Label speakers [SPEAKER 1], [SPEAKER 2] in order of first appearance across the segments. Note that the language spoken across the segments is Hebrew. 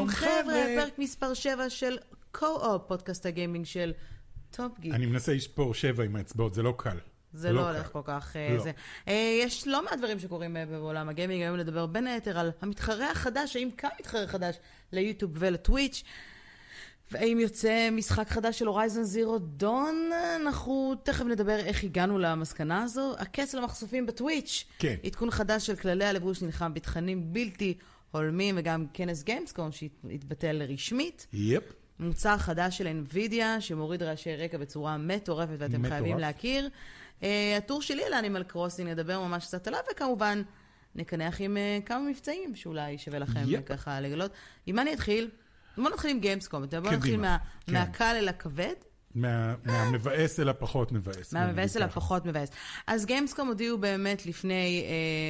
[SPEAKER 1] שלום חבר'ה, פרק מספר 7 של קו-אופ, פודקאסט הגיימינג של טופ גיק.
[SPEAKER 2] אני מנסה לשפור 7 עם האצבעות, זה לא קל.
[SPEAKER 1] זה לא הולך כל כך. יש לא מעט דברים שקורים בעולם הגיימינג, היום לדבר בין היתר על המתחרה החדש, האם קם מתחרה חדש ליוטיוב ולטוויץ', והאם יוצא משחק חדש של הורייזן זירו דון. אנחנו תכף נדבר איך הגענו למסקנה הזו. הקץ למחשופים בטוויץ',
[SPEAKER 2] כן.
[SPEAKER 1] עדכון חדש של כללי הלבוש נלחם בתכנים בלתי הולמים, וגם כנס גיימסקום שהתבטל רשמית.
[SPEAKER 2] יפ.
[SPEAKER 1] מוצר חדש של NVIDIA שמוריד רעשי רקע בצורה מטורפת ואתם חייבים להכיר. הטור שלי על אנימל קרוסינג נדבר ממש קצת עליו, וכמובן נקנח עם כמה מבצעים שאולי שווה לכם ככה לגלות. עם מה אני אתחיל? בוא נתחיל עם גיימסקום. בוא נתחיל מהקל אל הכבד.
[SPEAKER 2] מהמבאס אל הפחות מבאס.
[SPEAKER 1] מהמבאס אל הפחות מבאס. אז גיימסקום הודיעו באמת לפני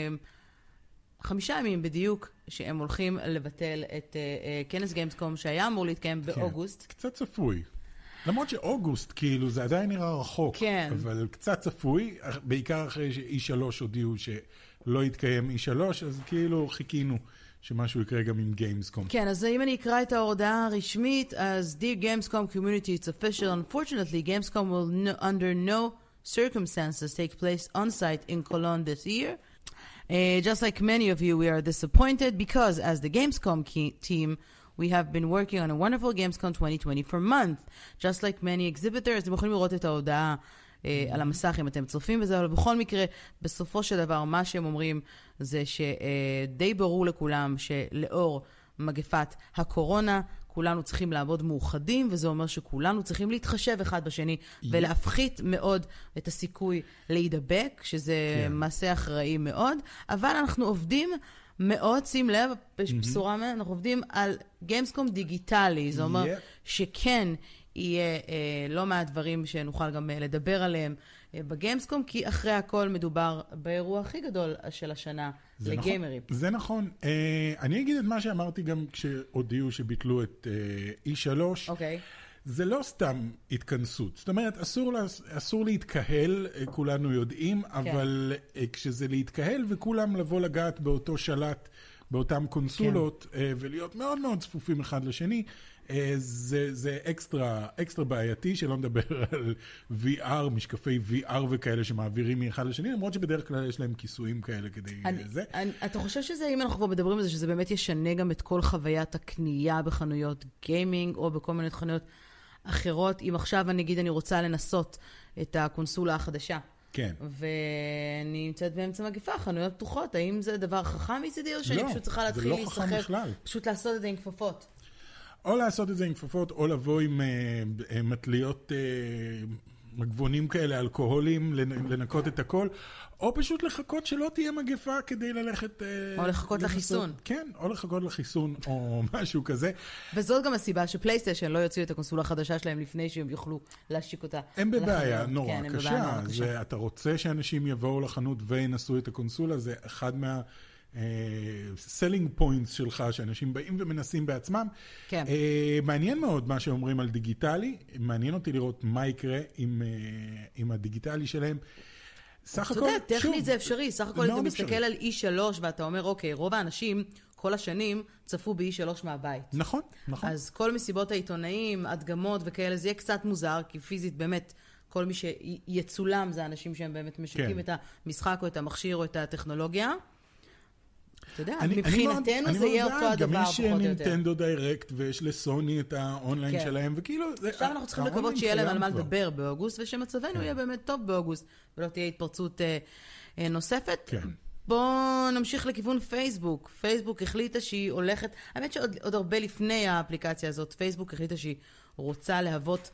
[SPEAKER 1] 5 ימים בדיוק, שהם הולכים לבטל את כנס גיימסקום שהיה אמור להתקיים באוגוסט.
[SPEAKER 2] קצת צפוי. למרות שאוגוסט, כאילו, זה עדיין נראה רחוק.
[SPEAKER 1] כן.
[SPEAKER 2] אבל קצת צפוי, בעיקר אחרי ש-E3 הודיעו שלא יתקיים E3, אז כאילו חיכינו שמשהו יקרה גם עם גיימסקום.
[SPEAKER 1] כן, אז אם אני אקרא את ההודעה הרשמית, אז Dear Gamescom community, it's official. Unfortunately, Gamescom will under no circumstances take place on site in Cologne this year. Just like many of you, we are disappointed because as the Gamescom team, we have been working on a wonderful Gamescom 2020 for months. Just like many exhibitors, אתם יכולים לראות את ההודעה על המסך אם אתם צופים בזה, אבל בכל מקרה, בסופו של דבר, מה שהם אומרים זה שדי ברור לכולם שלאור מגפת הקורונה, כולנו צריכים לעבוד מאוחדים, וזה אומר שכולנו צריכים להתחשב אחד בשני, ולהפחית מאוד את הסיכוי להידבק, שזה מעשה אחראי מאוד, אבל אנחנו עובדים מאוד, שים לב, בשורה, אנחנו עובדים על גיימסקום דיגיטלי, זה אומר שכן יהיה לא מעט דברים שנוכל גם לדבר עליהם בגיימסקום, כי אחרי הכל מדובר באירוע הכי גדול של השנה לגיימרים.
[SPEAKER 2] זה נכון. אני אגיד את מה שאמרתי גם כשהודיעו שביטלו את E3.
[SPEAKER 1] אוקיי.
[SPEAKER 2] זה לא סתם התכנסות. זאת אומרת, אסור להתקהל, כולנו יודעים, אבל כשזה להתקהל וכולם לבוא לגעת באותו שלט, באותם קונסולות, ולהיות מאוד מאוד צפופים אחד לשני, זה אקסטרה בעייתי, שלא נדבר על VR, משקפי VR וכאלה שמעבירים מאחד לשני, למרות שבדרך כלל יש להם כיסויים כאלה כדי זה.
[SPEAKER 1] אתה חושב שזה, אם אנחנו כבר מדברים על זה, שזה באמת ישנה גם את כל חוויית הקנייה בחנויות גיימינג, או בכל מיני חנויות אחרות, אם עכשיו אני רוצה לנסות את הקונסולה החדשה.
[SPEAKER 2] כן.
[SPEAKER 1] ואני נמצאת באמצע מגפה, חנויות פתוחות, האם זה דבר חכם מצידי, או שאני פשוט צריכה להתחיל להיסחף, פשוט לעשות את זה עם כפפות?
[SPEAKER 2] או לעשות את זה עם כפפות, או לבוא עם מטליות מגבונים כאלה, אלכוהולים, לנקות את הכל, או פשוט לחכות שלא תהיה מגפה כדי ללכת...
[SPEAKER 1] או לחכות לחיסון.
[SPEAKER 2] כן, או לחכות לחיסון, או משהו כזה.
[SPEAKER 1] וזאת גם הסיבה שפלייסטיישן לא יוציאו את הקונסולה החדשה שלהם לפני שהם יוכלו להשיק אותה.
[SPEAKER 2] הם בבעיה נורא קשה. אתה רוצה שאנשים יבואו לחנות וינסו את הקונסולה, זה אחד selling points שלך, שאנשים באים ומנסים בעצמם.
[SPEAKER 1] כן.
[SPEAKER 2] מעניין מאוד מה שאומרים על דיגיטלי, מעניין אותי לראות מה יקרה עם הדיגיטלי שלהם. סך הכל,
[SPEAKER 1] אתה יודע, טכנית זה אפשרי, סך הכל אתה מסתכל על E3 ואתה אומר, אוקיי, רוב האנשים כל השנים צפו ב-E3 מהבית.
[SPEAKER 2] נכון, נכון.
[SPEAKER 1] אז כל מסיבות העיתונאים, הדגמות וכאלה, זה יהיה קצת מוזר, כי פיזית באמת, כל מי שיצולם זה אנשים שהם באמת משיקים את המשחק או את המכשיר או את הטכנולוגיה. אתה יודע, מבחינתנו זה יהיה אותו הדבר, פחות או יותר.
[SPEAKER 2] גם יש נינטנדו דיירקט, ויש לסוני את האונליין שלהם, וכאילו...
[SPEAKER 1] עכשיו אנחנו צריכים לקוות שיהיה להם על מה לדבר באוגוסט, ושמצבנו יהיה באמת טוב באוגוסט, ולא תהיה התפרצות נוספת.
[SPEAKER 2] כן.
[SPEAKER 1] בואו נמשיך לכיוון פייסבוק. פייסבוק החליטה שהיא הולכת... האמת שעוד הרבה לפני האפליקציה הזאת, פייסבוק החליטה שהיא רוצה להוות...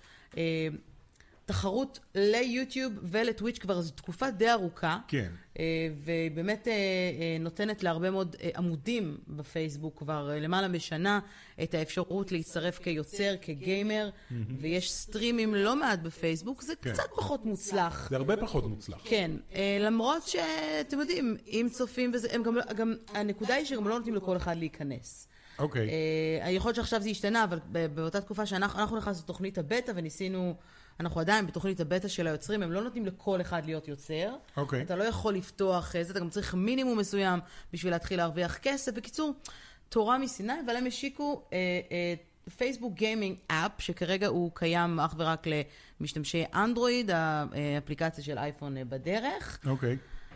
[SPEAKER 1] תחרות ליוטיוב ולטוויץ' כבר זו תקופה די ארוכה.
[SPEAKER 2] כן.
[SPEAKER 1] ובאמת נותנת להרבה מאוד עמודים בפייסבוק כבר למעלה משנה את האפשרות להצטרף כיוצר, כגיימר, ויש סטרימים לא מעט בפייסבוק, זה קצת פחות מוצלח.
[SPEAKER 2] זה הרבה פחות מוצלח.
[SPEAKER 1] כן, למרות שאתם יודעים, אם צופים וזה, גם הנקודה היא שגם לא נותנים לכל אחד להיכנס.
[SPEAKER 2] אוקיי.
[SPEAKER 1] יכול להיות שעכשיו זה השתנה, אבל באותה תקופה שאנחנו נכנסנו לתוכנית הבטא וניסינו... אנחנו עדיין בתוכנית הבטא של היוצרים, הם לא נותנים לכל אחד להיות יוצר.
[SPEAKER 2] אוקיי.
[SPEAKER 1] אתה לא יכול לפתוח, אתה גם צריך מינימום מסוים בשביל להתחיל להרוויח כסף. בקיצור, תורה מסיני, אבל הם השיקו פייסבוק גיימינג אפ, שכרגע הוא קיים אך ורק למשתמשי אנדרואיד, האפליקציה של אייפון בדרך.
[SPEAKER 2] אוקיי.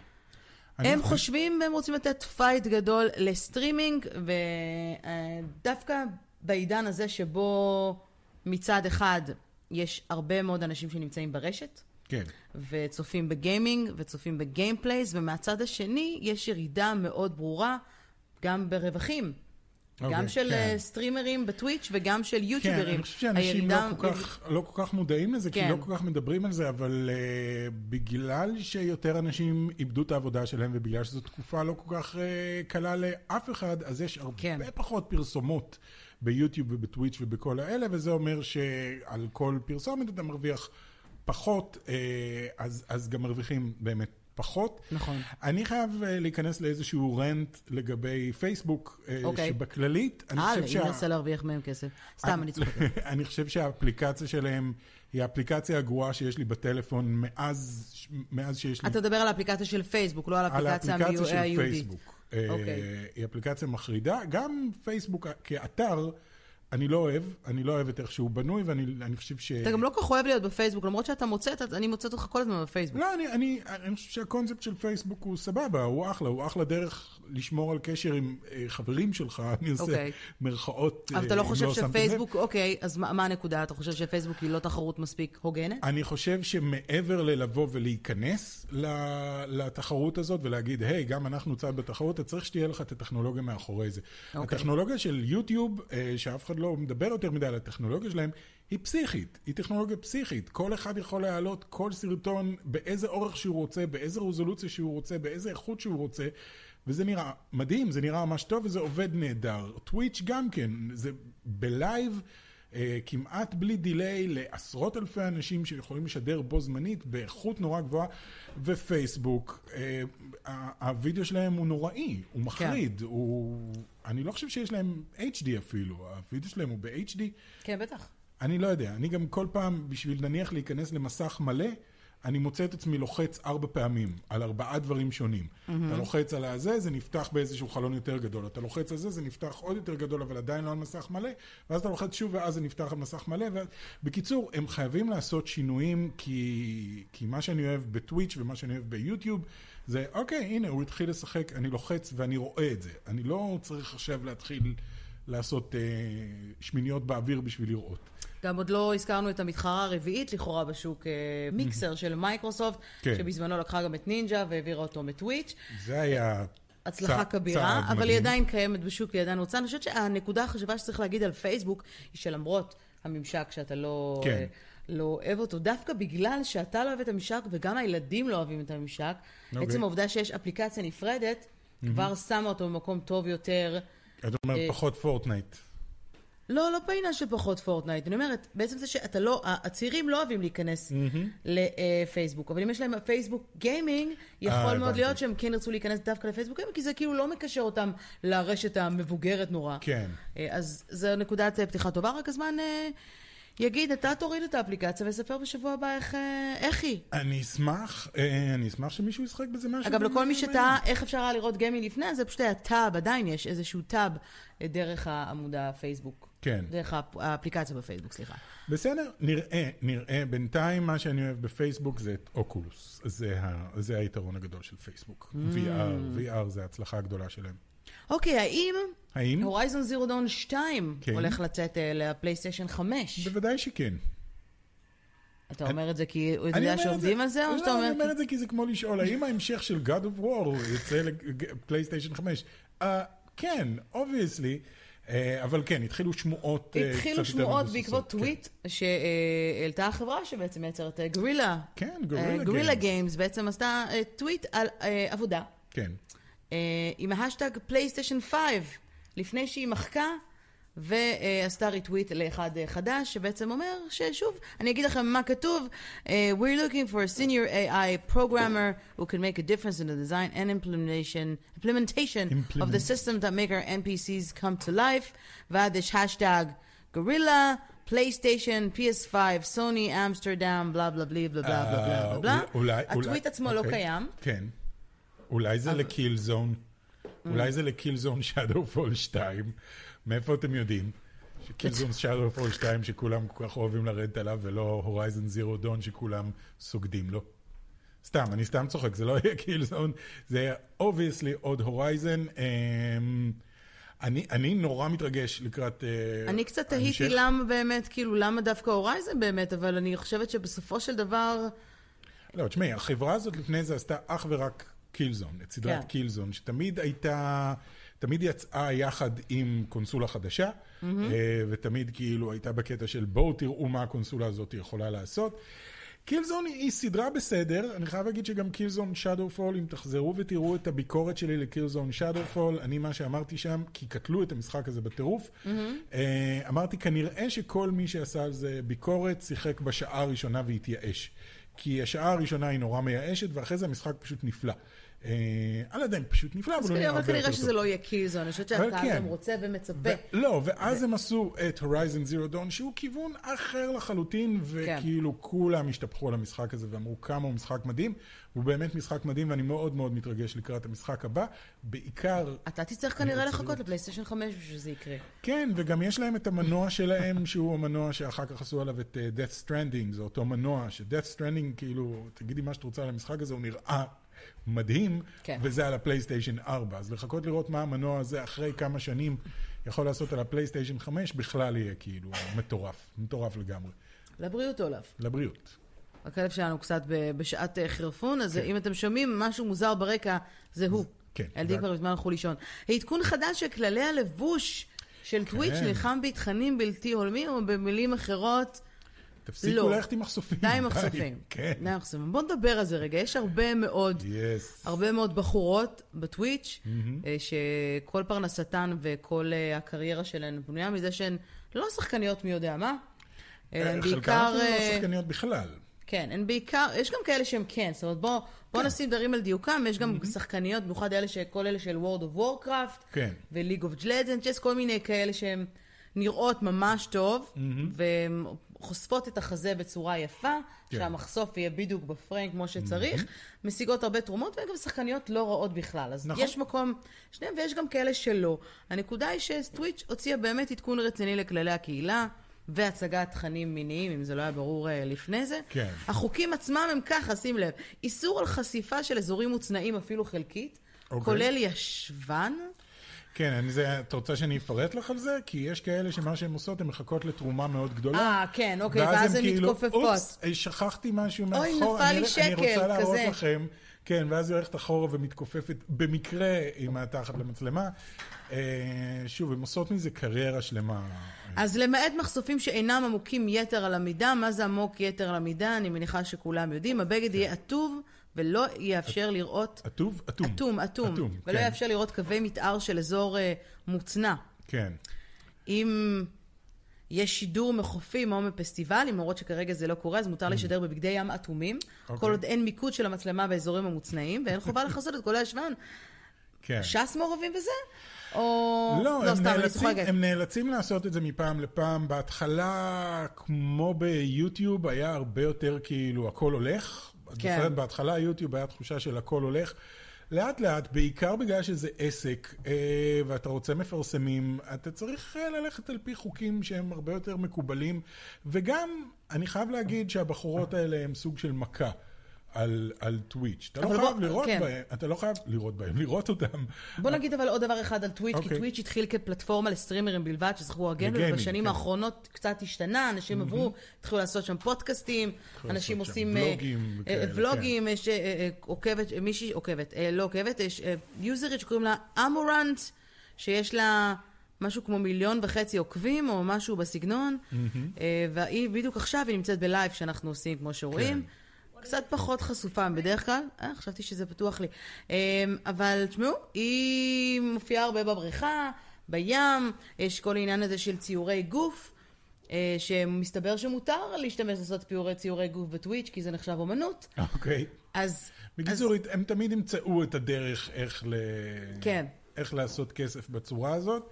[SPEAKER 1] הם חושבים, הם רוצים לתת פייט גדול לסטרימינג, ודווקא בעידן הזה שבו מצד אחד יש הרבה מאוד אנשים שנמצאים ברשת,
[SPEAKER 2] כן.
[SPEAKER 1] וצופים בגיימינג, וצופים בגיימפלייס, ומהצד השני יש ירידה מאוד ברורה גם ברווחים. גם של סטרימרים בטוויץ' וגם של יוטיוברים.
[SPEAKER 2] כן, אני חושב שאנשים לא כל כך מודעים לזה, כי לא כל כך מדברים על זה, אבל בגלל שיותר אנשים איבדו את העבודה שלהם, ובגלל שזו תקופה לא כל כך קלה לאף אחד, אז יש הרבה פחות פרסומות ביוטיוב ובטוויץ' ובכל האלה, וזה אומר שעל כל פרסומת אתה מרוויח פחות, אז גם מרוויחים באמת פחות.
[SPEAKER 1] נכון.
[SPEAKER 2] אני חייב להיכנס לאיזשהו רנט לגבי פייסבוק, שבכללית, אני חושב
[SPEAKER 1] אם ננסה להרוויח מהם כסף. סתם, אני צוחקת.
[SPEAKER 2] אני חושב שהאפליקציה שלהם היא האפליקציה הגרועה שיש לי בטלפון מאז שיש לי...
[SPEAKER 1] אתה מדבר על האפליקציה של פייסבוק, לא על האפליקציה היהודית.
[SPEAKER 2] על האפליקציה של פייסבוק. היא אפליקציה מחרידה. גם פייסבוק כאתר, אני לא אוהב את איך שהוא בנוי, ואני חושב ש...
[SPEAKER 1] אתה גם לא כך אוהב להיות בפייסבוק, למרות שאתה אני מוצאת אותך כל הזמן בפייסבוק.
[SPEAKER 2] לא, אני חושב שהקונספט של פייסבוק הוא סבבה, הוא אחלה דרך לשמור על קשר עם חברים שלך, אני עושה מרכאות.
[SPEAKER 1] אבל אתה לא חושב שפייסבוק, אז מה הנקודה? אתה חושב שפייסבוק היא לא תחרות מספיק הוגנת?
[SPEAKER 2] אני חושב שמעבר ללבוא ולהיכנס לתחרות הזאת, ולהגיד, היי, גם אנחנו צד בתחרות, אתה צריך שתהיה לך את הטכנולוגיה מאחורי זה. הטכנולוגיה של יוטיוב, שאף אחד לא מדבר יותר מדי על הטכנולוגיה שלהם, היא פסיכית, היא טכנולוגיה פסיכית. כל אחד יכול להעלות כל סרטון באיזה אורך שהוא רוצה, באיזה רזולוציה שהוא רוצה, באיזה איכות שהוא רוצה, וזה נראה מדהים, זה נראה ממש טוב, וזה עובד נהדר. טוויץ' גם כן, זה בלייב, כמעט בלי דיליי, לעשרות אלפי אנשים שיכולים לשדר בו זמנית, באיכות נורא גבוהה, ופייסבוק, הווידאו שלהם הוא נוראי, הוא מחריד, אני לא חושב שיש להם HD אפילו, הווידאו שלהם הוא ב-HD.
[SPEAKER 1] כן, בטח.
[SPEAKER 2] אני לא יודע, אני גם כל פעם, בשביל נניח להיכנס למסך מלא, אני מוצא את עצמי לוחץ 4 פעמים, על 4 דברים שונים. אתה לוחץ על הזה, זה נפתח באיזשהו חלון יותר גדול. אתה לוחץ על זה, זה נפתח עוד יותר גדול, אבל עדיין לא על מסך מלא. ואז אתה לוחץ שוב, ואז זה נפתח על מסך מלא. בקיצור, הם חייבים לעשות שינויים, כי מה שאני אוהב בטוויץ' ומה שאני אוהב ביוטיוב, זה, אוקיי, הנה, הוא התחיל לשחק, אני לוחץ ואני רואה את זה. אני לא צריך עכשיו להתחיל לעשות שמיניות באוויר בשביל לראות.
[SPEAKER 1] גם עוד לא הזכרנו את המתחרה הרביעית לכאורה בשוק, מיקסר של מייקרוסופט, שבזמנו לקחה גם את נינג'ה והעבירה אותו מטוויץ'.
[SPEAKER 2] זה היה
[SPEAKER 1] הצלחה כבירה, אבל היא עדיין קיימת בשוק, היא עדיין רוצה. אני חושבת שהנקודה החשובה שצריך להגיד על פייסבוק, היא שלמרות הממשק שאתה לא אוהב אותו, דווקא בגלל שאתה לא אוהב את הממשק, וגם הילדים לא אוהבים את הממשק, בעצם העובדה שיש אפליקציה נפרדת, כבר שמה אותו במקום טוב יותר.
[SPEAKER 2] אתה אומר, פחות פורטנייט.
[SPEAKER 1] לא בעניין של פחות פורטנייט. אני אומרת, בעצם זה שאתה לא, הצעירים לא אוהבים להיכנס לפייסבוק, אבל אם יש להם פייסבוק גיימינג, יכול מאוד להיות שהם כן ירצו להיכנס דווקא לפייסבוק גיימינג, כי זה כאילו לא מקשר אותם לרשת המבוגרת נורא.
[SPEAKER 2] כן.
[SPEAKER 1] אז זו נקודת פתיחה טובה, רק הזמן יגיד, אתה תוריד את האפליקציה וספר בשבוע הבא איך היא.
[SPEAKER 2] אני אשמח שמישהו ישחק בזה משהו.
[SPEAKER 1] אגב, לכל מי שתהה איך אפשר היה לראות גיימינג לפני, זה פשוט היה טאב, עדיין יש איזשהו טאב דרך העמוד הפייסבוק.
[SPEAKER 2] כן.
[SPEAKER 1] דרך האפליקציה בפייסבוק, סליחה.
[SPEAKER 2] בסדר, נראה. בינתיים מה שאני אוהב בפייסבוק זה את אוקולוס. זה היתרון הגדול של פייסבוק. VR זה ההצלחה הגדולה שלהם.
[SPEAKER 1] אוקיי,
[SPEAKER 2] האם?
[SPEAKER 1] הורייזון זירו דון 2 הולך לצאת לפלייסטיישן 5.
[SPEAKER 2] בוודאי שכן.
[SPEAKER 1] אתה אומר את זה כי הוא יודע שעובדים על זה?
[SPEAKER 2] לא, אני אומר את זה כי זה כמו לשאול, האם ההמשך של God of War יצא לפלייסטיישן 5? כן, obviously. אבל כן, התחילו שמועות
[SPEAKER 1] בעקבות טוויט שהעלתה החברה שבעצם מייצרת גורילה.
[SPEAKER 2] כן,
[SPEAKER 1] גורילה גיימס בעצם עשתה טוויט על עבודה.
[SPEAKER 2] כן.
[SPEAKER 1] עם ההשטג פלייסטיישן 5 לפני שהיא מחקה ועשתה ריטוויט לאחד חדש שבעצם אומר ששוב, אני אגיד לכם מה כתוב. We're looking for a senior AI programmer who can make a difference in the design and implementation of the systems that make our NPCs come to life. ועד יש השטג גורילה, פלייסטיישן, PS5, סוני, אמסטרדם, בלה בלה בלה בלה בלה בלה. הטוויט עצמו לא קיים.
[SPEAKER 2] כן. אולי זה לקיל זון. אולי זה לקילזון Shadowfall 2. מאיפה אתם יודעים? שקילזון Shadowfall 2 שכולם כל כך אוהבים לרדת עליו, ולא Horizon Zero Dawn שכולם סוגדים לו. סתם, אני סתם צוחק, זה לא יהיה קילזון, זה יהיה obviously עוד Horizon. אני נורא מתרגש לקראת
[SPEAKER 1] אני קצת תהיתי למה באמת, כאילו למה דווקא Horizon באמת, אבל אני חושבת שבסופו של דבר...
[SPEAKER 2] לא, תשמעי, החברה הזאת לפני זה עשתה אך ורק קילזון, את סדרת קילזון, שתמיד הייתה, תמיד יצאה יחד עם קונסולה חדשה, ותמיד כאילו הייתה בקטע של בואו תראו מה הקונסולה הזאת יכולה לעשות. קילזון היא סדרה בסדר, אני חייב להגיד שגם קילזון Shadowfall, אם תחזרו ותראו את הביקורת שלי לקילזון Shadowfall, אני מה שאמרתי שם, כי קטלו את המשחק הזה בטירוף, אמרתי כנראה שכל מי שעשה על זה ביקורת שיחק בשעה הראשונה והתייאש. כי השעה הראשונה היא נורא מייאשת, ואחרי זה המשחק פשוט נפלא. אני לא יודע, פשוט נפלא, אבל הוא נראה הרבה יותר טוב.
[SPEAKER 1] אבל כנראה שזה לא יהיה קילזון, אני חושבת שאתה גם רוצה ומצפה.
[SPEAKER 2] לא, ואז הם עשו את Horizon Zero Dawn, שהוא כיוון אחר לחלוטין, וכאילו כולם השתפכו על המשחק הזה, ואמרו כמה הוא משחק מדהים. הוא באמת משחק מדהים, ואני מאוד מאוד מתרגש לקראת המשחק הבא. בעיקר...
[SPEAKER 1] אתה תצטרך כנראה לחכות לפלייסטיישן 5 שזה יקרה.
[SPEAKER 2] כן, וגם יש להם את המנוע שלהם, שהוא המנוע שאחר כך עשו עליו את Death Stranding, זה אותו מנוע, ש-Death Stranding, כאילו, תגידי מה שאת רוצה על המשחק הזה, הוא נראה מדהים, וזה על הפלייסטיישן 4. אז לחכות לראות מה המנוע הזה אחרי כמה שנים יכול לעשות על הפלייסטיישן 5, בכלל יהיה כאילו מטורף, מטורף לגמרי.
[SPEAKER 1] לבריאות אולף.
[SPEAKER 2] לבריאות.
[SPEAKER 1] הכלב שלנו קצת בשעת חרפון, אז אם אתם שומעים משהו מוזר ברקע, זה הוא.
[SPEAKER 2] כן.
[SPEAKER 1] ילדי כבר בזמן הלכו לישון. העדכון חדש של כללי הלבוש של טוויץ' נלחם בתכנים בלתי הולמים, או במילים אחרות,
[SPEAKER 2] תפסיקו ללכת עם מחשופים.
[SPEAKER 1] די עם מחשופים.
[SPEAKER 2] כן.
[SPEAKER 1] די עם מחשופים. בואו נדבר על זה רגע. יש הרבה מאוד בחורות בטוויץ', שכל פרנסתן וכל הקריירה שלהן בנויה מזה שהן לא שחקניות מי יודע מה.
[SPEAKER 2] חלקן לא שחקניות בכלל.
[SPEAKER 1] כן, הן בעיקר, יש גם כאלה שהן כן, זאת אומרת בואו נשים דברים על דיוקם, יש גם שחקניות, במיוחד כל אלה של World of Warcraft, ו-League of Legends, יש כל מיני כאלה שהן נראות ממש טוב, וחושפות את החזה בצורה יפה, שהמחשוף יהיה בדיוק בפריים כמו שצריך, משיגות הרבה תרומות, וגם שחקניות לא רעות בכלל. אז יש מקום שניהם, ויש גם כאלה שלא. הנקודה היא שטוויץ' הוציאה באמת עדכון רציני לכללי הקהילה, והצגת תכנים מיניים, אם זה לא היה ברור לפני זה.
[SPEAKER 2] כן.
[SPEAKER 1] החוקים עצמם הם ככה, שים לב, איסור על חשיפה של אזורים מוצנעים אפילו חלקית, כולל ישבן.
[SPEAKER 2] כן, את רוצה שאני אפרט לך על זה? כי יש כאלה שמה שהן עושות, הן מחכות לתרומה מאוד גדולה.
[SPEAKER 1] כן, אוקיי, ואז הן מתכופפות.
[SPEAKER 2] אופס, שכחתי משהו מאחור.
[SPEAKER 1] אוי, נפל לי שקל, כזה.
[SPEAKER 2] אני רוצה להראות לכם. כן, ואז היא הולכת אחורה ומתכופפת במקרה עם התחת למצלמה. שוב, הן עושות מזה קריירה שלמה.
[SPEAKER 1] אז למעט מחשופים שאינם עמוקים יתר על המידה, מה זה עמוק יתר על המידה? אני מניחה שכולם יודעים. הבגד יהיה עטוב ולא יאפשר לראות...
[SPEAKER 2] עטוב?
[SPEAKER 1] עטום. ולא יאפשר לראות קווי מתאר של אזור מוצנע.
[SPEAKER 2] כן.
[SPEAKER 1] אם יש שידור מחופים או מפסטיבלים, למרות שכרגע זה לא קורה, אז מותר לשדר בבגדי ים אטומים, כל עוד אין מיקוד של המצלמה באזורים המוצנעים, ואין חובה לחזות את כל הישבן. ש"ס מעורבים בזה?
[SPEAKER 2] לא, הם נאלצים לעשות את זה מפעם לפעם. בהתחלה, כמו ביוטיוב, היה הרבה יותר כאילו הכל הולך. בהתחלה יוטיוב היה תחושה של הכל הולך. לאט לאט, בעיקר בגלל שזה עסק, ואתה רוצה מפרסמים, אתה צריך ללכת על פי חוקים שהם הרבה יותר מקובלים, וגם אני חייב להגיד שהבחורות האלה הם סוג של מכה. על טוויץ'. אתה לא חייב לראות בהם, אתה לא חייב לראות בהם, לראות אותם.
[SPEAKER 1] בוא נגיד אבל עוד דבר אחד על טוויץ', כי טוויץ' התחיל כפלטפורמה לסטרימרים בלבד, שזכו הגיימינג, ובשנים האחרות קצת השתנה, אנשים עברו, התחילו לעשות שם פודקאסטים, אנשים עושים ולוגים, יש עוקבת, מישהי עוקבת, לא עוקבת, יש יוזרית שקוראים לה אמורנט, שיש לה משהו כמו 1.5 מיליון עוקבים, או משהו בסגנון, והיא בדיוק עכשיו, היא נמצאת בלייב שאנחנו עושים, כמו שרואים, קצת פחות חשופה בדרך כלל, חשבתי שזה פתוח לי, אבל תשמעו, היא מופיעה הרבה בבריכה, בים, יש כל העניין הזה של ציורי גוף, שמסתבר שמותר להשתמש לעשות ציורי גוף בטוויץ', כי זה נחשב אומנות.
[SPEAKER 2] אוקיי. בקיצור, הם תמיד ימצאו את הדרך איך לעשות כסף בצורה הזאת.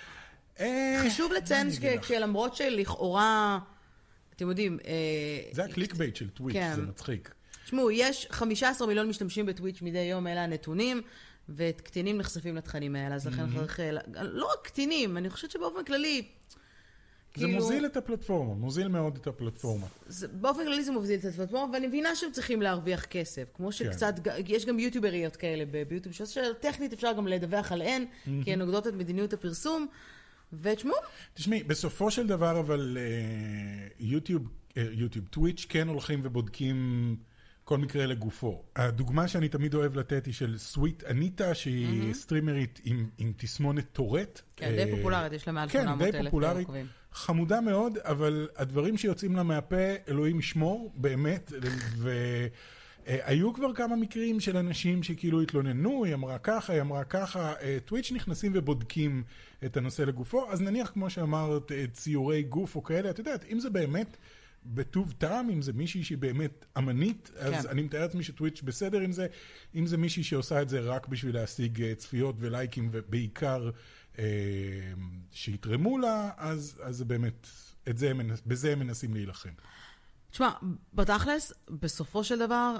[SPEAKER 1] חשוב לציין שלמרות שלכאורה, אתם יודעים...
[SPEAKER 2] זה הקליק בייט של טוויץ', זה מצחיק.
[SPEAKER 1] תשמעו, יש 15 מיליון משתמשים בטוויץ' מדי יום, אלה הנתונים. ואת קטינים נחשפים לתכנים האלה, אז לכן צריך, לא רק קטינים, אני חושבת שבאופן כללי,
[SPEAKER 2] זה מוזיל את הפלטפורמה, מוזיל מאוד את הפלטפורמה.
[SPEAKER 1] באופן כללי זה מוזיל את הפלטפורמה, ואני מבינה שהם צריכים להרוויח כסף, כמו שקצת, יש גם יוטיובריות כאלה ביוטיוב, שטכנית אפשר גם לדווח עליהן, כי הן נוגדות את מדיניות הפרסום, ותשמעו.
[SPEAKER 2] תשמעי, בסופו של דבר, אבל יוטיוב, טוויץ' כן הולכים ובודקים כל מקרה לגופו. הדוגמה שאני תמיד אוהב לתת היא של סוויט אניטה, שהיא סטרימרית עם תסמונת טורט.
[SPEAKER 1] כן, די פופולרית, יש לה מעל 800,000 עוקבים.
[SPEAKER 2] חמודה מאוד, אבל הדברים שיוצאים לה מהפה, אלוהים ישמור, באמת, והיו כבר כמה מקרים של אנשים שכאילו התלוננו, היא אמרה ככה, טוויץ' נכנסים ובודקים את הנושא לגופו, אז נניח, כמו שאמרת, ציורי גוף או כאלה, את יודעת, אם זה באמת בטוב טעם, אם זה מישהי שהיא באמת אמנית, אז אני מתאר לעצמי שטוויץ' בסדר עם זה, אם זה מישהי שעושה את זה רק בשביל להשיג צפיות ולייקים, ובעיקר שיתרמו לה, אז זה באמת, בזה הם מנסים להילחם.
[SPEAKER 1] תשמע, בתכלס, בסופו של דבר,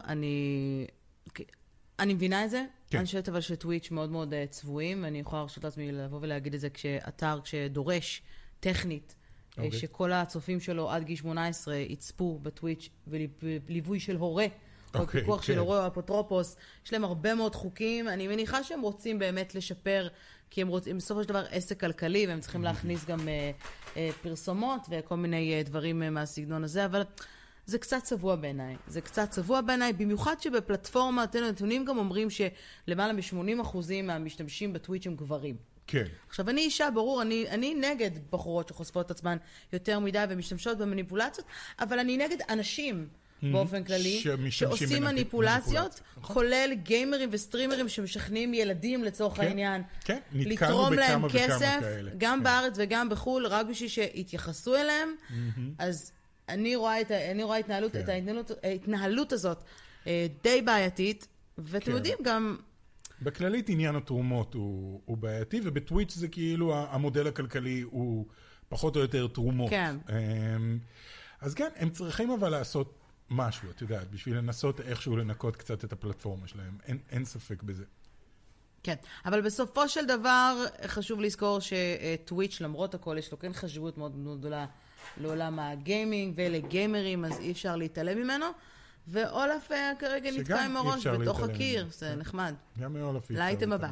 [SPEAKER 1] אני מבינה את זה, אני חושבת אבל שטוויץ' מאוד מאוד צבועים, ואני יכולה לרשות לעצמי לבוא ולהגיד את זה כשדורש טכנית, שכל הצופים שלו עד גיל 18 יצפו בטוויץ' וליווי של הורה, או פיקוח של הורה או אפוטרופוס, יש להם הרבה מאוד חוקים, אני מניחה שהם רוצים באמת לשפר, כי הם רוצים, בסופו של דבר עסק כלכלי, והם צריכים להכניס גם פרסומות וכל מיני דברים מהסגנון הזה, אבל זה קצת צבוע בעיניי, במיוחד שבפלטפורמה, הנתונים גם אומרים שלמעלה מ-80% מהמשתמשים בטוויץ' הם גברים.
[SPEAKER 2] כן.
[SPEAKER 1] עכשיו, אני אישה, ברור, אני נגד בחורות שחושפות את עצמן יותר מדי ומשתמשות במניפולציות, אבל אני נגד אנשים באופן כללי, שעושים מניפולציות, כולל גיימרים וסטרימרים שמשכנעים ילדים לצורך העניין, לתרום להם כסף, גם בארץ וגם בחול, רק בשביל שיתייחסו אליהם, אז אני רואה את ההתנהלות הזאת די בעייתית, ואתם יודעים גם
[SPEAKER 2] בכללית עניין התרומות הוא בעייתי, ובטוויץ' זה כאילו המודל הכלכלי הוא פחות או יותר תרומות.
[SPEAKER 1] כן.
[SPEAKER 2] אז כן, הם צריכים אבל לעשות משהו, את יודעת, בשביל לנסות איכשהו לנקות קצת את הפלטפורמה שלהם. אין ספק בזה.
[SPEAKER 1] כן, אבל בסופו של דבר חשוב לזכור שטוויץ' למרות הכל יש לו כן חשיבות מאוד מאוד גדולה לעולם הגיימינג ולגיימרים, אז אי אפשר להתעלם ממנו. ואולף כרגע נתקע עם הראש בתוך הקיר, זה נחמד.
[SPEAKER 2] גם מאולף
[SPEAKER 1] לאייטם הבא.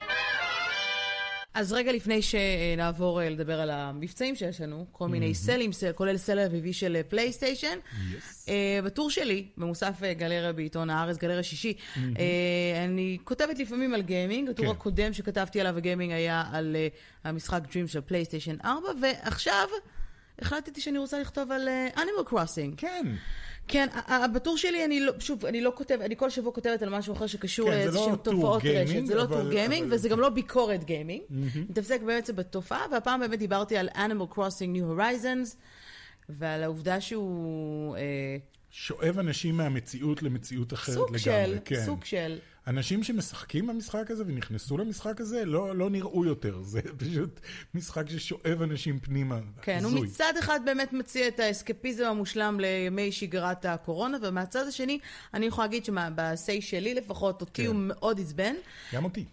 [SPEAKER 1] אז רגע לפני שנעבור לדבר על המבצעים שיש לנו, כל מיני סלים, כולל סל אביבי של פלייסטיישן, בטור שלי, במוסף גלריה בעיתון הארץ, גלריה שישי, אני כותבת לפעמים על גיימינג, הטור הקודם שכתבתי עליו הגיימינג היה על המשחק Dreams של פלייסטיישן 4, ועכשיו החלטתי שאני רוצה לכתוב על Animal Crossing.
[SPEAKER 2] כן.
[SPEAKER 1] כן, בטור שלי אני לא כותבת, אני כל שבוע כותבת על משהו אחר שקשור לאיזשהם תופעות רשת. זה לא טור גיימינג, וזה גם לא ביקורת גיימינג. מתעסק בעצם בתופעה, והפעם באמת דיברתי על Animal Crossing New Horizons, ועל העובדה שהוא
[SPEAKER 2] שואב אנשים מהמציאות למציאות אחרת לגמרי.
[SPEAKER 1] סוג של.
[SPEAKER 2] אנשים שמשחקים במשחק הזה ונכנסו למשחק הזה לא נראו יותר. זה פשוט משחק ששואב אנשים פנימה.
[SPEAKER 1] כן, הוא מצד אחד באמת מציע את האסקפיזם המושלם לימי שגרת הקורונה, ומהצד השני אני יכולה להגיד שבסי שלי לפחות אותי הוא מאוד עצבן.
[SPEAKER 2] גם אותי.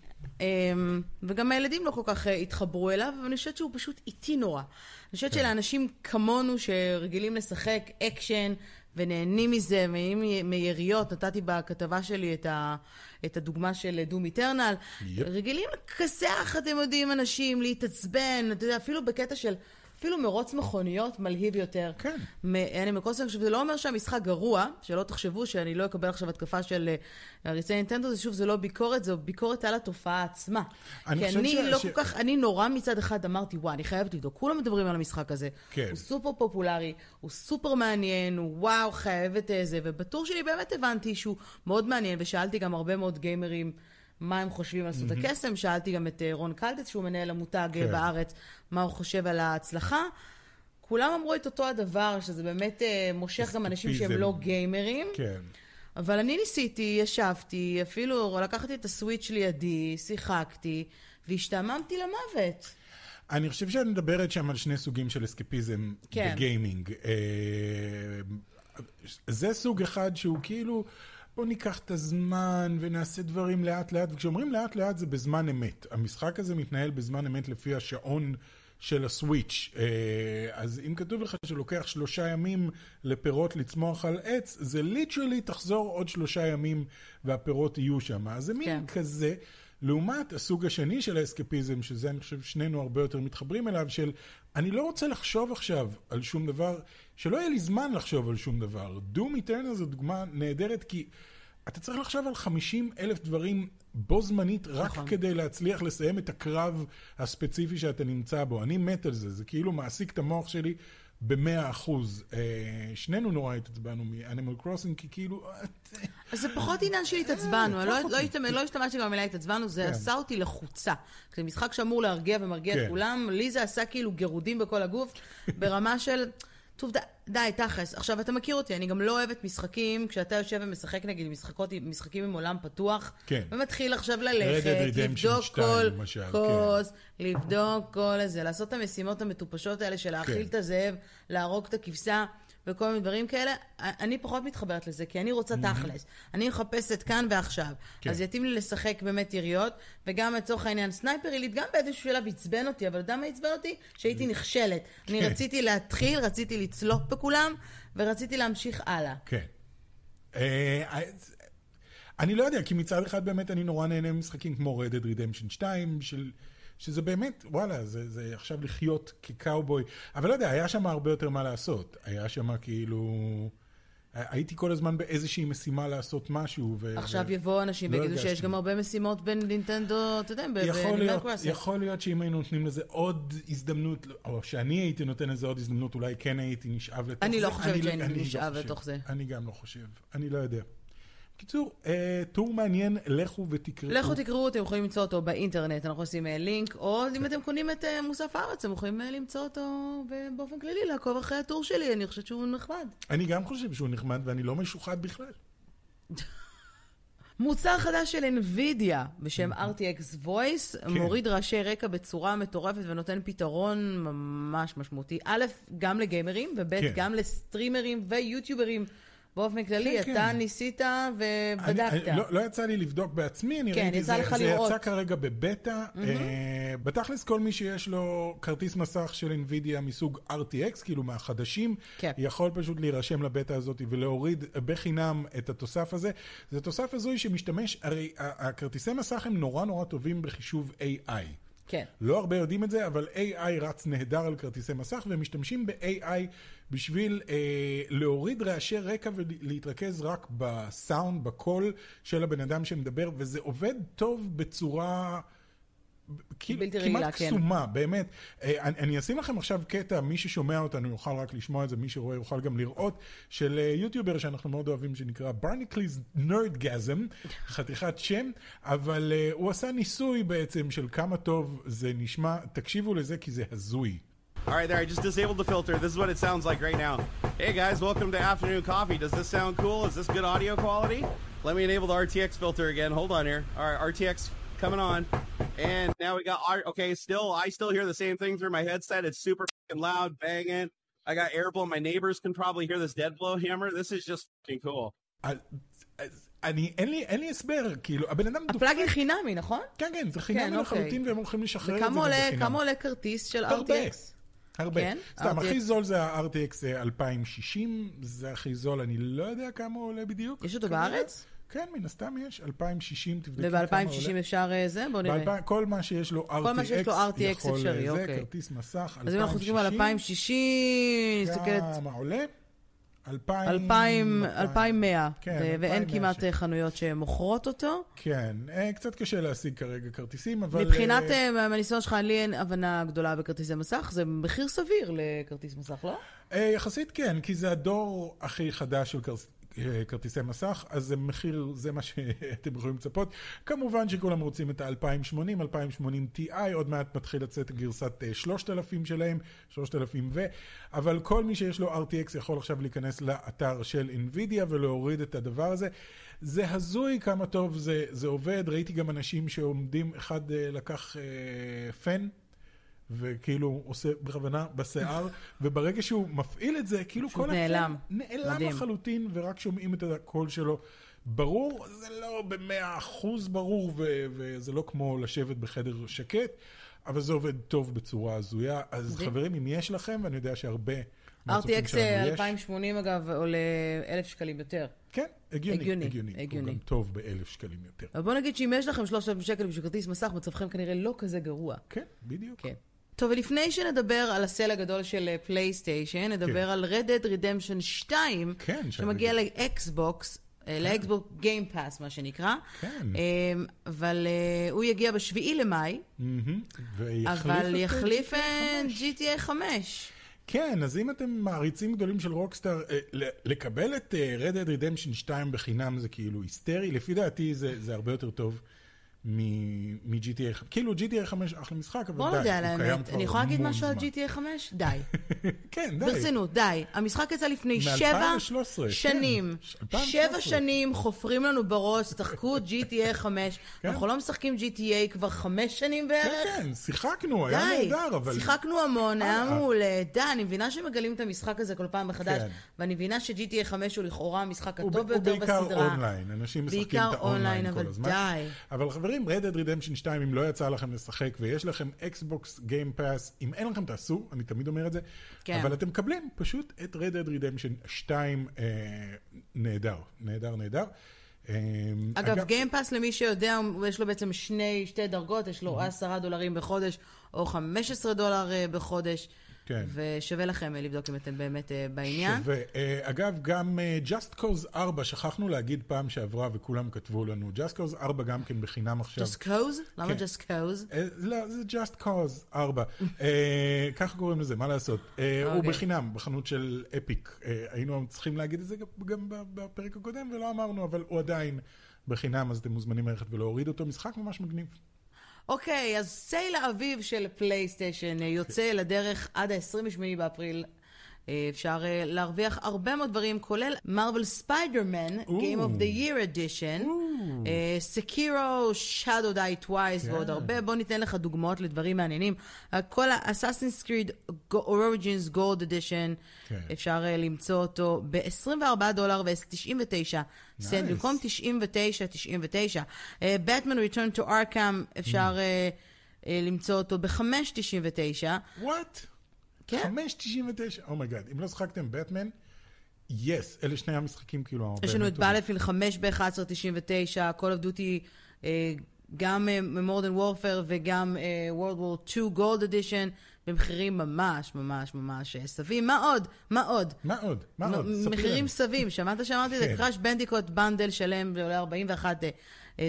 [SPEAKER 1] וגם הילדים לא כל כך התחברו אליו, אבל אני חושבת שהוא פשוט איטי נורא. אני חושבת שלאנשים כמונו שרגילים לשחק אקשן, ונהנים מזה, מיריות, נתתי בכתבה שלי את הדוגמה של דום איטרנל, רגילים לכסח, אתם יודעים, אנשים, להתעצבן, אתה יודע, אפילו בקטע של, אפילו מרוץ מכוניות מלהיב יותר.
[SPEAKER 2] כן.
[SPEAKER 1] Animal Crossing, עכשיו זה לא אומר שהמשחק גרוע, שלא תחשבו שאני לא אקבל עכשיו התקפה של ריצי נינטנדו, זה שוב, זה לא ביקורת, זו ביקורת על התופעה עצמה. כי אני לא כל כך, אני נורא מצד אחד אמרתי, וואו, אני חייבת לבדוק, כולם מדברים על המשחק הזה.
[SPEAKER 2] כן.
[SPEAKER 1] הוא סופר פופולרי, הוא סופר מעניין, הוא וואו, חייבת איזה, ובטור שלי באמת הבנתי שהוא מאוד מעניין, ושאלתי גם הרבה מאוד גיימרים, מה הם חושבים על סוד הקסם, שאלתי גם את רון קלטץ, שהוא מנהל המותג בארץ, מה הוא חושב על ההצלחה. כולם אמרו את אותו הדבר, שזה באמת מושך גם אנשים שהם לא גיימרים.
[SPEAKER 2] כן.
[SPEAKER 1] אבל אני ניסיתי, ישבתי, אפילו לקחתי את הסוויץ' לידי, שיחקתי, והשתעממתי למוות.
[SPEAKER 2] אני חושב שאני מדברת שם על שני סוגים של אסקפיזם בגיימינג. זה סוג אחד שהוא כאילו בוא ניקח את הזמן ונעשה דברים לאט לאט, וכשאומרים לאט לאט זה בזמן אמת. המשחק הזה מתנהל בזמן אמת לפי השעון של הסוויץ'. אז אם כתוב לך שלוקח 3 ימים לפירות לצמוח על עץ, זה ליטרלי תחזור עוד 3 ימים והפירות יהיו שם. אז זה מין כזה, לעומת הסוג השני של האסקפיזם, שזה אני חושב שנינו הרבה יותר מתחברים אליו, של אני לא רוצה לחשוב עכשיו על שום דבר, שלא יהיה לי זמן לחשוב על שום דבר. Doom Eternal זו דוגמה נהדרת, כי אתה צריך לחשוב על 50,000 דברים בו זמנית, רק כדי להצליח לסיים את הקרב הספציפי שאתה נמצא בו. אני מת על זה, זה כאילו מעסיק את המוח שלי ב100%. שנינו נורא התעצבנו מ-Animal Crossing, כי כאילו...
[SPEAKER 1] אז זה פחות עניין שלי התעצבנו, לא השתמשתי במילה התעצבנו, זה עשה אותי לחוצה. זה משחק שאמור להרגיע ומרגיע את כולם, לי זה עשה כאילו גירודים בכל הגוף, ברמה של... טוב, די, תכלס. עכשיו, אתה מכיר אותי, אני גם לא אוהבת משחקים, כשאתה יושב ומשחק, נגיד, משחקים עם עולם פתוח, ומתחיל עכשיו ללכת, לבדוק כל קוז, לבדוק כל הזה, לעשות את המשימות המטופשות האלה של להאכיל את הזאב, להרוג את הכבשה, וכל מיני דברים כאלה. אני פחות מתחברת לזה, כי אני רוצה תכלס. אני מחפשת כאן ועכשיו. אז יתאים לי לשחק באמת יריות, וגם לצורך העניין סנייפר עילית, גם באיזשהו שלב עצבן אותי, אבל גם עצבן אותי שהייתי נכשלת. אני רציתי להתחיל, רציתי לצלוף בכולם, ורציתי להמשיך הלאה.
[SPEAKER 2] כן. אני לא יודע, כי מצד אחד באמת אני נורא נהנה ממשחקים כמו Red Dead Redemption 2, שזה באמת, וואלה, זה עכשיו לחיות כקאובוי. אבל לא יודע, היה שם הרבה יותר מה לעשות. היה שם כאילו... הייתי כל הזמן באיזושהי משימה לעשות משהו.
[SPEAKER 1] עכשיו יבואו אנשים ויגידו שיש גם הרבה משימות בין נינטנדו, אתה יודע,
[SPEAKER 2] יכול להיות שאם היינו נותנים לזה עוד הזדמנות, או שאני הייתי נותן לזה עוד הזדמנות, אולי כן הייתי נשאב לתוך זה.
[SPEAKER 1] אני לא חושבת שאני נשאב לתוך זה.
[SPEAKER 2] אני גם לא חושב. אני לא יודע. בקיצור, טור מעניין, לכו ותקראו.
[SPEAKER 1] לכו תקראו, אתם יכולים למצוא אותו באינטרנט, אנחנו עושים לינק, או אם אתם קונים את מוסף הארץ, אתם יכולים למצוא אותו באופן כללי, לעקוב אחרי הטור שלי, אני חושבת שהוא נחמד.
[SPEAKER 2] אני גם חושב שהוא נחמד, ואני לא משוחד בכלל.
[SPEAKER 1] מוצר חדש של NVIDIA, בשם RTX Voice, מוריד רעשי רקע בצורה מטורפת, ונותן פתרון ממש משמעותי. א', גם לגיימרים, וב', גם לסטרימרים ויוטיוברים, באופן כללי, אתה ניסית ובדקת.
[SPEAKER 2] לא יצא לי לבדוק בעצמי, אני ראיתי, זה יצא כרגע בבטא. בתכלס כל מי שיש לו כרטיס מסך של NVIDIA מסוג RTX, כאילו מהחדשים, יכול פשוט להירשם לבטא הזאת ולהוריד בחינם את התוסף הזה. זה תוסף הזוי שמשתמש, הרי הכרטיסי מסך הם נורא נורא טובים בחישוב AI.
[SPEAKER 1] כן.
[SPEAKER 2] לא הרבה יודעים את זה, אבל AI רץ נהדר על כרטיסי מסך, והם משתמשים ב-AI בשביל להוריד רעשי רקע ולהתרכז רק בסאונד, בקול של הבן אדם שמדבר, וזה עובד טוב בצורה כמעט קסומה, באמת. אני אשים לכם עכשיו קטע, מי ששומע אותנו יוכל רק לשמוע את זה, מי שרואה יוכל גם לראות, של יוטיובר שאנחנו מאוד אוהבים, שנקרא Barnacules Nerdgasm, חתיכת שם, אבל הוא עשה ניסוי בעצם של כמה טוב זה נשמע, תקשיבו לזה כי זה הזוי.
[SPEAKER 3] All right, there, I just disabled the filter. This is what it sounds like right now. Hey guys, welcome to Afternoon Coffee. Does this sound cool? Is this good audio quality? Let me enable the RTX filter again. Hold on here. All right, RTX coming on. And now we got, okay, I still hear the same thing through my headset. It's super fucking loud, banging. I got air blow. My neighbors can probably hear this dead blow hammer. This is just fucking cool.
[SPEAKER 2] אין לי הסבר, כאילו, הבן אדם דופק...
[SPEAKER 1] הפלאגין חינמי, נכון?
[SPEAKER 2] כן, כן, זה חינמי לחלוטין, והם הולכים לשחרר את זה בחינם.
[SPEAKER 1] וכמה עולה כרטיס של RTX?
[SPEAKER 2] הרבה. סתם, הכי זול זה ה-RTX 2060, זה הכי זול, אני לא יודע כמה הוא עולה בדיוק.
[SPEAKER 1] יש אותו בארץ?
[SPEAKER 2] כן, מן הסתם יש, 2060, תבדקי
[SPEAKER 1] כמה עולה. וב-2060 אפשר זה? בוא נראה.
[SPEAKER 2] כל מה שיש לו RTX יכול זה, כרטיס מסך, 2060.
[SPEAKER 1] אז אם אנחנו חושבים על 2060, נסתכלת...
[SPEAKER 2] כמה עולה?
[SPEAKER 1] 2100, ואין כמעט חנויות שמוכרות אותו.
[SPEAKER 2] כן, קצת קשה להשיג כרגע כרטיסים, אבל...
[SPEAKER 1] מבחינת הניסיון שלך, לי אין הבנה גדולה בכרטיסי מסך, זה מחיר סביר לכרטיס מסך, לא?
[SPEAKER 2] יחסית כן, כי זה הדור הכי חדש של כרטיסי מסך, אז זה מחיר, זה מה שאתם יכולים לצפות. כמובן שכולם רוצים את ה-2080, 2080 Ti, עוד מעט מתחיל לצאת גרסת 3000 שלהם, 3000 אבל כל מי שיש לו RTX יכול עכשיו להיכנס לאתר של NVIDIA ולהוריד את הדבר הזה. זה הזוי כמה טוב זה עובד, ראיתי גם אנשים שעומדים, אחד לקח פן, וכאילו עושה בכוונה בשיער, וברגע שהוא מפעיל את זה, כאילו כל הפן נעלם לחלוטין, ורק שומעים את הקול שלו ברור, זה לא ב100% ברור, וזה לא כמו לשבת בחדר שקט, אבל זה עובד טוב בצורה הזויה. אז חברים, אם יש לכם, ואני יודע שהרבה מהצופים
[SPEAKER 1] RTX
[SPEAKER 2] שלנו יש.
[SPEAKER 1] 2080 אגב, עולה 1,000 שקלים יותר.
[SPEAKER 2] כן, הגיוני. הוא גם טוב ב1,000 שקלים יותר.
[SPEAKER 1] אבל בוא נגיד שאם יש לכם 3,000 שקל בשביל כרטיס מסך, מצבכם כנראה לא כזה גרוע.
[SPEAKER 2] כן, בדיוק.
[SPEAKER 1] כן. טוב, ולפני שנדבר על הסל הגדול של פלייסטיישן, נדבר על Red Dead Redemption 2, שמגיע לאקסבוקס, לאקסבוקס גיים פאס, מה שנקרא.
[SPEAKER 2] כן.
[SPEAKER 1] אבל הוא יגיע ב7 למאי, אבל יחליף את GTA 5.
[SPEAKER 2] כן, אז אם אתם מעריצים גדולים של רוקסטאר, לקבל את Red Dead Redemption 2 בחינם זה כאילו היסטרי, לפי דעתי זה הרבה יותר טוב מ-GTA 5. כאילו GTA 5 אחלה משחק, אבל די,
[SPEAKER 1] בוא נדע על
[SPEAKER 2] הוא קיים
[SPEAKER 1] האמת,
[SPEAKER 2] כבר
[SPEAKER 1] אני יכולה להגיד
[SPEAKER 2] המון
[SPEAKER 1] משהו על
[SPEAKER 2] זמן.
[SPEAKER 1] GTA 5? די.
[SPEAKER 2] כן, די.
[SPEAKER 1] ברצינות, די. המשחק יצא לפני 7 שנים. 7 שנים חופרים לנו בראש, תחקו GTA 5. אנחנו לא משחקים GTA כבר 5 שנים בערך.
[SPEAKER 2] כן, שיחקנו, היה נהדר, אבל...
[SPEAKER 1] שיחקנו המון, היה מעולה. די, אני מבינה שמגלים את המשחק הזה כל פעם מחדש, ואני מבינה ש-GTA 5 הוא לכאורה המשחק הטוב ביותר בסדרה.
[SPEAKER 2] הוא בעיקר אונליין, אנשים משחקים את האונליין כל הזמן.
[SPEAKER 1] די.
[SPEAKER 2] אבל חברים, Red Dead Redemption 2, אם לא יצא לכם לשחק ויש לכם Xbox Game Pass, אם אין לכם תעשו, אני תמיד אומר את זה, אבל אתם מקבלים פשוט את Red Dead Redemption 2 נהדר.
[SPEAKER 1] אגב, Game Pass למי שיודע, יש לו בעצם שתי דרגות, יש לו $10 בחודש או $15 בחודש.
[SPEAKER 2] כן.
[SPEAKER 1] ושווה לכם לבדוק אם אתם באמת בעניין.
[SPEAKER 2] שווה. אגב, גם Just Cause 4, שכחנו להגיד פעם שעברה וכולם כתבו לנו. Just Cause 4 גם כן בחינם עכשיו.
[SPEAKER 1] Just Cause? למה Just Cause?
[SPEAKER 2] לא, זה Just Cause 4. ככה קוראים לזה, מה לעשות? הוא בחינם, בחנות של אפיק. היינו צריכים להגיד את זה גם בפרק הקודם ולא אמרנו, אבל הוא עדיין בחינם, אז אתם מוזמנים ללכת ולהוריד אותו. משחק ממש מגניב.
[SPEAKER 1] אוקיי, אז סייל האביב של פלייסטיישן יוצא לדרך עד ה-28 באפריל. אפשר להרוויח הרבה מאוד דברים, כולל מרוול ספיידרמן, Game of the Year Edition, Sekiro, Shadow Die Twice ועוד הרבה. בוא ניתן לך דוגמאות לדברים מעניינים. כל ה-Assassin's Creed Origins Gold Edition, אפשר למצוא אותו $24.99, במקום 99.99. Batman Return to Arkham, אפשר למצוא אותו ב$5.99.
[SPEAKER 2] What? כן. 5.99, אומייגאד, אם לא שחקתם בטמן, יס, אלה שני המשחקים כאילו.
[SPEAKER 1] יש לנו את Battlefield 5 ב-11.99, Call of Duty, גם Modern Warfare וגם World War II Gold Edition, במחירים ממש ממש ממש סבים. מה עוד? מחירים סבים, שמעת שאמרתי את זה? קראש בנדיקוט בנדל שלם, זה עולה $41.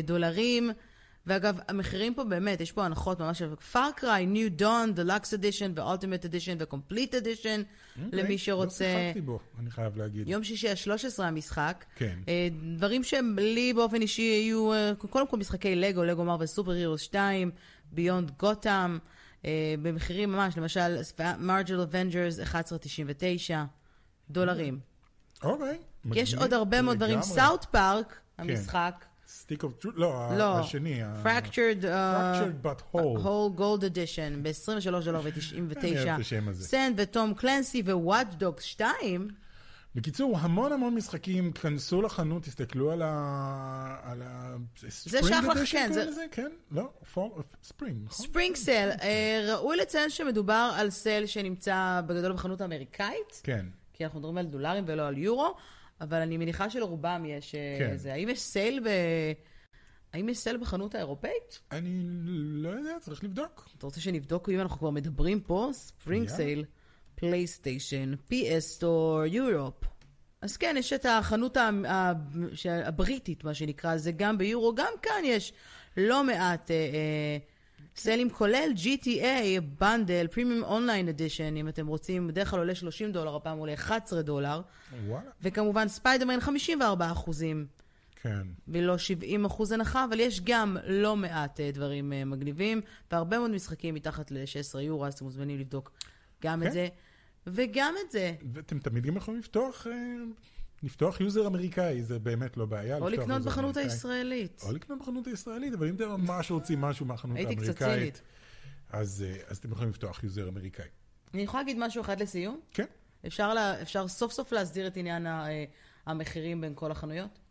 [SPEAKER 1] ואגב, המחירים פה באמת, יש פה הנחות ממש של Far Cry, New Dawn, Deluxe Edition, ו-Ultimate Edition, ו-Complete Edition, למי שרוצה.
[SPEAKER 2] לא שיחקתי בו, אני חייב להגיד.
[SPEAKER 1] יום שישי ה-13 המשחק.
[SPEAKER 2] כן.
[SPEAKER 1] דברים שלי באופן אישי יהיו, קודם כל משחקי לגו, לגו מרוויל סופר הירוס 2, Beyond Gotham, במחירים ממש, למשל, Marginal Avengers, $11.99.
[SPEAKER 2] אוקיי.
[SPEAKER 1] יש עוד הרבה מאוד דברים. South Park, המשחק.
[SPEAKER 2] Stick of Truth, לא, השני.
[SPEAKER 1] Fractured
[SPEAKER 2] but Whole.
[SPEAKER 1] Whole Gold Edition, ב$23.99. סנד וטום קלנסי ו-Watch Dogs 2.
[SPEAKER 2] בקיצור, המון משחקים, כנסו לחנות, תסתכלו על
[SPEAKER 1] זה שייך לך, כן.
[SPEAKER 2] כן, לא, ספרינג, נכון?
[SPEAKER 1] ספרינג סל. ראוי לציין שמדובר על סל שנמצא בגדול בחנות האמריקאית.
[SPEAKER 2] כן.
[SPEAKER 1] כי אנחנו מדברים על דולרים ולא על יורו. אבל אני מניחה שלרובם יש זה. האם יש סייל בחנות האירופאית?
[SPEAKER 2] אני לא יודע, צריך לבדוק.
[SPEAKER 1] אתה רוצה שנבדוק אם אנחנו כבר מדברים פה? ספרינג סייל, פלייסטיישן, PS Store, Europe. אז כן, יש את החנות הבריטית, מה שנקרא, זה גם ביורו, גם כאן יש לא מעט סיילים, כולל GTA בנדל, פרימיום אונליין אדישן, אם אתם רוצים, בדרך כלל עולה $30, הפעם עולה $11. וכמובן ספיידרמן 54%.
[SPEAKER 2] כן.
[SPEAKER 1] ולא 70% הנחה, אבל יש גם לא מעט דברים מגניבים, והרבה מאוד משחקים מתחת ל-16 €, אז אתם מוזמנים לבדוק גם את זה, וגם את זה.
[SPEAKER 2] ואתם תמיד גם יכולים לפתוח יוזר אמריקאי, זה באמת לא בעיה.
[SPEAKER 1] או לקנות בחנות הישראלית.
[SPEAKER 2] אבל אם אתם ממש רוצים משהו מהחנות האמריקאית, אז אתם יכולים לפתוח יוזר אמריקאי.
[SPEAKER 1] אני יכולה להגיד משהו אחד לסיום?
[SPEAKER 2] כן.
[SPEAKER 1] אפשר סוף סוף להסדיר את עניין המחירים בין כל החנויות?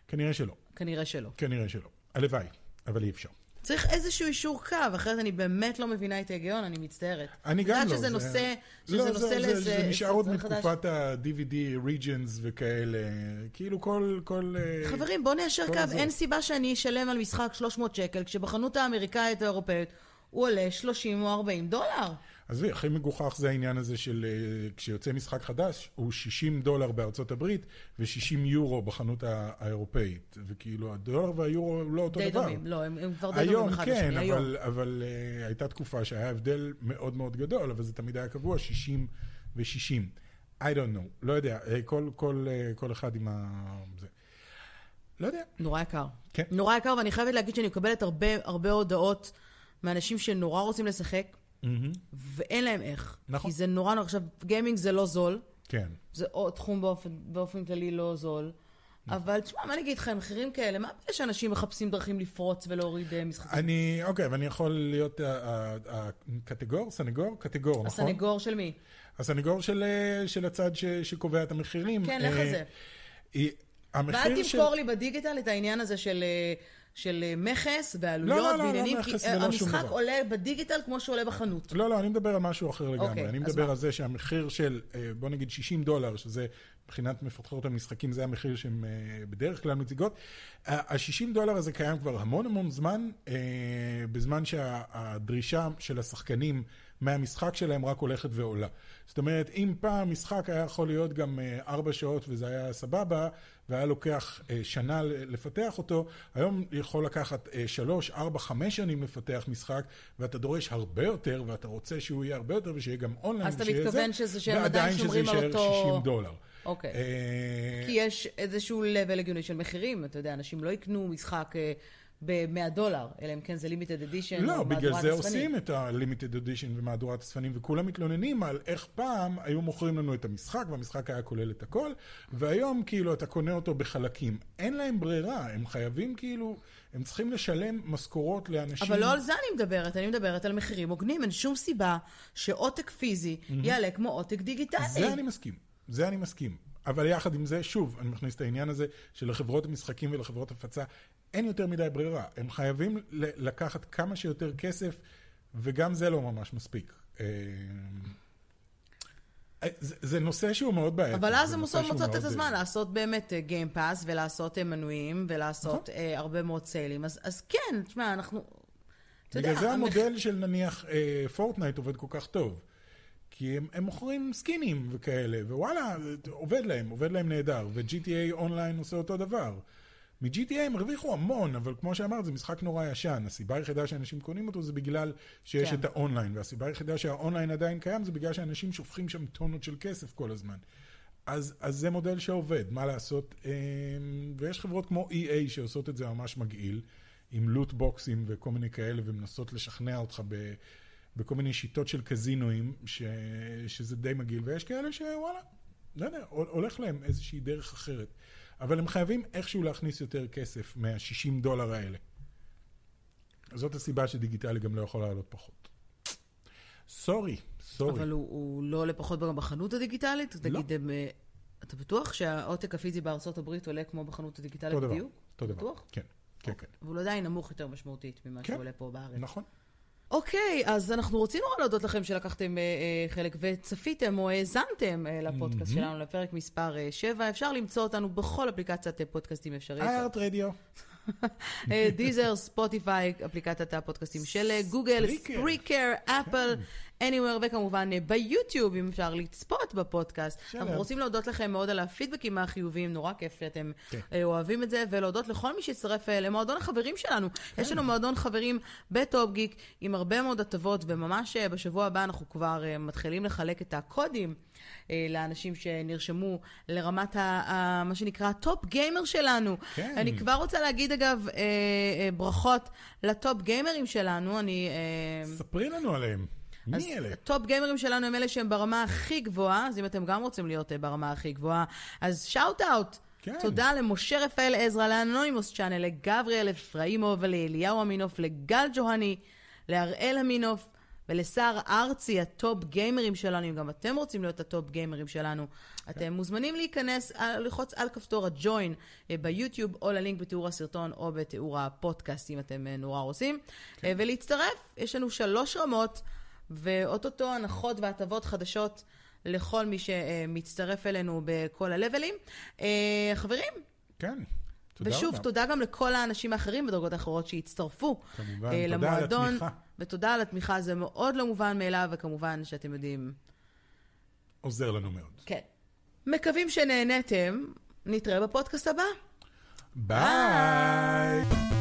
[SPEAKER 2] כנראה שלא.
[SPEAKER 1] כנראה שלא.
[SPEAKER 2] כנראה שלא. הלוואי, אבל אי אפשר.
[SPEAKER 1] צריך איזשהו אישור קו, אחרת אני באמת לא מבינה את ההיגיון, אני מצטערת.
[SPEAKER 2] אני גם לא.
[SPEAKER 1] שזה נושא לאיזה...
[SPEAKER 2] זה נשאר עוד מתקופת ה-DVD regions וכאלה. כאילו כל...
[SPEAKER 1] חברים, בוא ניישר קו. אין סיבה שאני אשלם על משחק 300 שקל, כשבחנות האמריקאית האירופאית הוא עולה 30 או 40 דולר.
[SPEAKER 2] אז הכי מגוחך זה העניין הזה של כשיוצא משחק חדש, הוא $60 בארצות הברית ו$60 יורו בחנות האירופאית. וכאילו הדולר והיורו לא אותו דבר.
[SPEAKER 1] די דומים, לא, הם כבר די דומים אחד לשני.
[SPEAKER 2] היום כן, אבל הייתה תקופה שהיה הבדל מאוד מאוד גדול, אבל זה תמיד היה קבוע 60 ו-60. I don't know, לא יודע, כל אחד עם זה. לא יודע.
[SPEAKER 1] נורא יקר.
[SPEAKER 2] כן.
[SPEAKER 1] נורא יקר, ואני חייבת להגיד שאני מקבלת הרבה הודעות מאנשים שנורא רוצים לשחק, ואין להם איך.
[SPEAKER 2] נכון.
[SPEAKER 1] כי זה נורא, עכשיו, גיימינג זה לא זול.
[SPEAKER 2] כן.
[SPEAKER 1] זה תחום באופן כללי לא זול. אבל תשמע, מה אני אגיד לך, מחירים כאלה, מה יש שאנשים מחפשים דרכים לפרוץ ולהוריד משחקים?
[SPEAKER 2] אוקיי, ואני יכול להיות הקטגור, סנגור? קטגור, נכון?
[SPEAKER 1] הסנגור של מי?
[SPEAKER 2] הסנגור של הצד שקובע את המחירים.
[SPEAKER 1] כן, איך זה? ואל תמכור לי בדיגיטל את העניין הזה של מכס ועלויות ועניינים, כי המשחק עולה בדיגיטל כמו שעולה בחנות.
[SPEAKER 2] לא, אני מדבר על משהו אחר לגמרי. אני מדבר על זה שהמחיר של, בוא נגיד $60, שזה מבחינת מפתחות המשחקים, זה המחיר שהן בדרך כלל מציגות. ה-$60 הזה קיים כבר המון זמן, בזמן שהדרישה של השחקנים מהמשחק שלהם רק הולכת ועולה. זאת אומרת, אם פעם משחק היה יכול להיות גם 4 שעות וזה היה סבבה, והיה לוקח שנה לפתח אותו, היום יכול לקחת 3, 4, 5 שנים לפתח משחק, ואתה דורש הרבה יותר, ואתה רוצה שהוא יהיה הרבה יותר, ושיהיה גם אונליין,
[SPEAKER 1] אז אתה מתכוון שהם עדיין שומרים על אותו...
[SPEAKER 2] $60.
[SPEAKER 1] אוקיי. כי יש איזשהו level הגיוני של מחירים, אתה יודע, אנשים לא יקנו משחק ב$100, אלא אם כן זה לימיטד אדישן.
[SPEAKER 2] לא, בגלל זה עושים את הלימיטד אדישן ומהדורת הספנים, וכולם מתלוננים על איך פעם היו מוכרים לנו את המשחק, והמשחק היה כולל את הכל, והיום כאילו אתה קונה אותו בחלקים. אין להם ברירה, הם חייבים כאילו, הם צריכים לשלם משכורות לאנשים.
[SPEAKER 1] אבל לא על זה אני מדברת על מחירים הוגנים, אין שום סיבה שעותק פיזי יעלה כמו עותק דיגיטלי.
[SPEAKER 2] זה אני מסכים. אבל יחד עם זה, שוב, אני מכניס את העניין הזה שלחברות המשחקים ולחברות הפצה, אין יותר מדי ברירה. הם חייבים לקחת כמה שיותר כסף, וגם זה לא ממש מספיק. זה נושא שהוא מאוד בעייתי.
[SPEAKER 1] אבל אז הם מוצאות את הזמן לעשות באמת גיים פאס, ולעשות מנויים, ולעשות הרבה מאוד סיילים. אז כן, תשמע, אנחנו...
[SPEAKER 2] בגלל זה המודל של נניח פורטנייט עובד כל כך טוב. כי הם מוכרים סקינים וכאלה, ווואלה, עובד להם נהדר, ו-GTA אונליין עושה אותו דבר. מ-GTA הם הרוויחו המון, אבל כמו שאמרת, זה משחק נורא ישן. הסיבה היחידה שאנשים קונים אותו זה בגלל שיש את האונליין, והסיבה היחידה שהאונליין עדיין קיים זה בגלל שאנשים שופכים שם טונות של כסף כל הזמן. אז זה מודל שעובד, מה לעשות? ויש חברות כמו EA שעושות את זה ממש מגעיל, עם לוט בוקסים וכל מיני כאלה, ומנסות לשכנע אותך בכל מיני שיטות של קזינואים, שזה די מגעיל, ויש כאלה שוואלה, לא יודע, הולך להם איזושהי דרך אחרת. אבל הם חייבים איכשהו להכניס יותר כסף $60 האלה. זאת הסיבה שדיגיטלי גם לא יכול לעלות פחות. סורי.
[SPEAKER 1] אבל הוא לא עולה פחות בחנות הדיגיטלית?
[SPEAKER 2] לא.
[SPEAKER 1] תגיד, אתה בטוח שהעותק הפיזי בארצות הברית עולה כמו בחנות הדיגיטלית בדיוק?
[SPEAKER 2] אותו דבר.
[SPEAKER 1] בטוח?
[SPEAKER 2] כן.
[SPEAKER 1] אבל עדיין נמוך יותר משמעותית ממה שעולה פה בארץ.
[SPEAKER 2] נכון.
[SPEAKER 1] אוקיי, אז אנחנו רוצים נורא להודות לכם שלקחתם חלק וצפיתם או האזנתם לפודקאסט שלנו לפרק מספר 7. אפשר למצוא אותנו בכל אפליקציית פודקאסטים אפשרית.
[SPEAKER 2] ארט רדיו.
[SPEAKER 1] דיזר, ספוטיפיי, אפליקציית הפודקאסטים של גוגל, ספריקר, אפל, anywhere, וכמובן ביוטיוב, אם אפשר לצפות בפודקאסט. אנחנו רוצים להודות לכם מאוד על הפידבקים החיוביים, נורא כיף שאתם אוהבים את זה, ולהודות לכל מי שיצטרף למועדון החברים שלנו. יש לנו מועדון חברים בטופ גיק עם הרבה מאוד הטבות, וממש בשבוע הבא אנחנו כבר מתחילים לחלק את הקודים לאנשים שנרשמו לרמת מה שנקרא טופ גיימר שלנו. אני כבר רוצה להגיד אגב ברכות לטופ גיימרים שלנו.
[SPEAKER 2] ספרי לנו עליהם. מי אלה?
[SPEAKER 1] טופ גיימרים שלנו הם אלה שהם ברמה הכי גבוהה, אז אם אתם גם רוצים להיות ברמה הכי גבוהה, אז שאוט אאוט. תודה למשה רפאל עזרא, לאנונימוס צ'אנל, לגבריאל אפראימוב, לאליהו אמינוף, לגל ג'והני, להראל אמינוף, ולשר ארצי, הטופ גיימרים שלנו, אם גם אתם רוצים להיות הטופ גיימרים שלנו, אתם מוזמנים להיכנס, ללחוץ על כפתור הג'וין ביוטיוב, או ללינק בתיאור הסרטון, או בתיאור הפודקאסט, אם אתם נורא רוצים, ולהצטרף. יש לנו 3 רמות, ואוטוטו הנחות והטבות חדשות לכל מי שמצטרף אלינו בכל הלבלים. חברים,
[SPEAKER 2] כן.
[SPEAKER 1] ושוב, תודה גם לכל האנשים האחרים בדרגות האחרות שהצטרפו
[SPEAKER 2] כמובן,
[SPEAKER 1] למועדון.
[SPEAKER 2] תודה על התמיכה.
[SPEAKER 1] ותודה על התמיכה, זה מאוד לא מובן מאליו, וכמובן שאתם יודעים...
[SPEAKER 2] עוזר לנו מאוד.
[SPEAKER 1] כן. מקווים שנהנתם, נתראה בפודקאסט הבא.
[SPEAKER 2] ביי!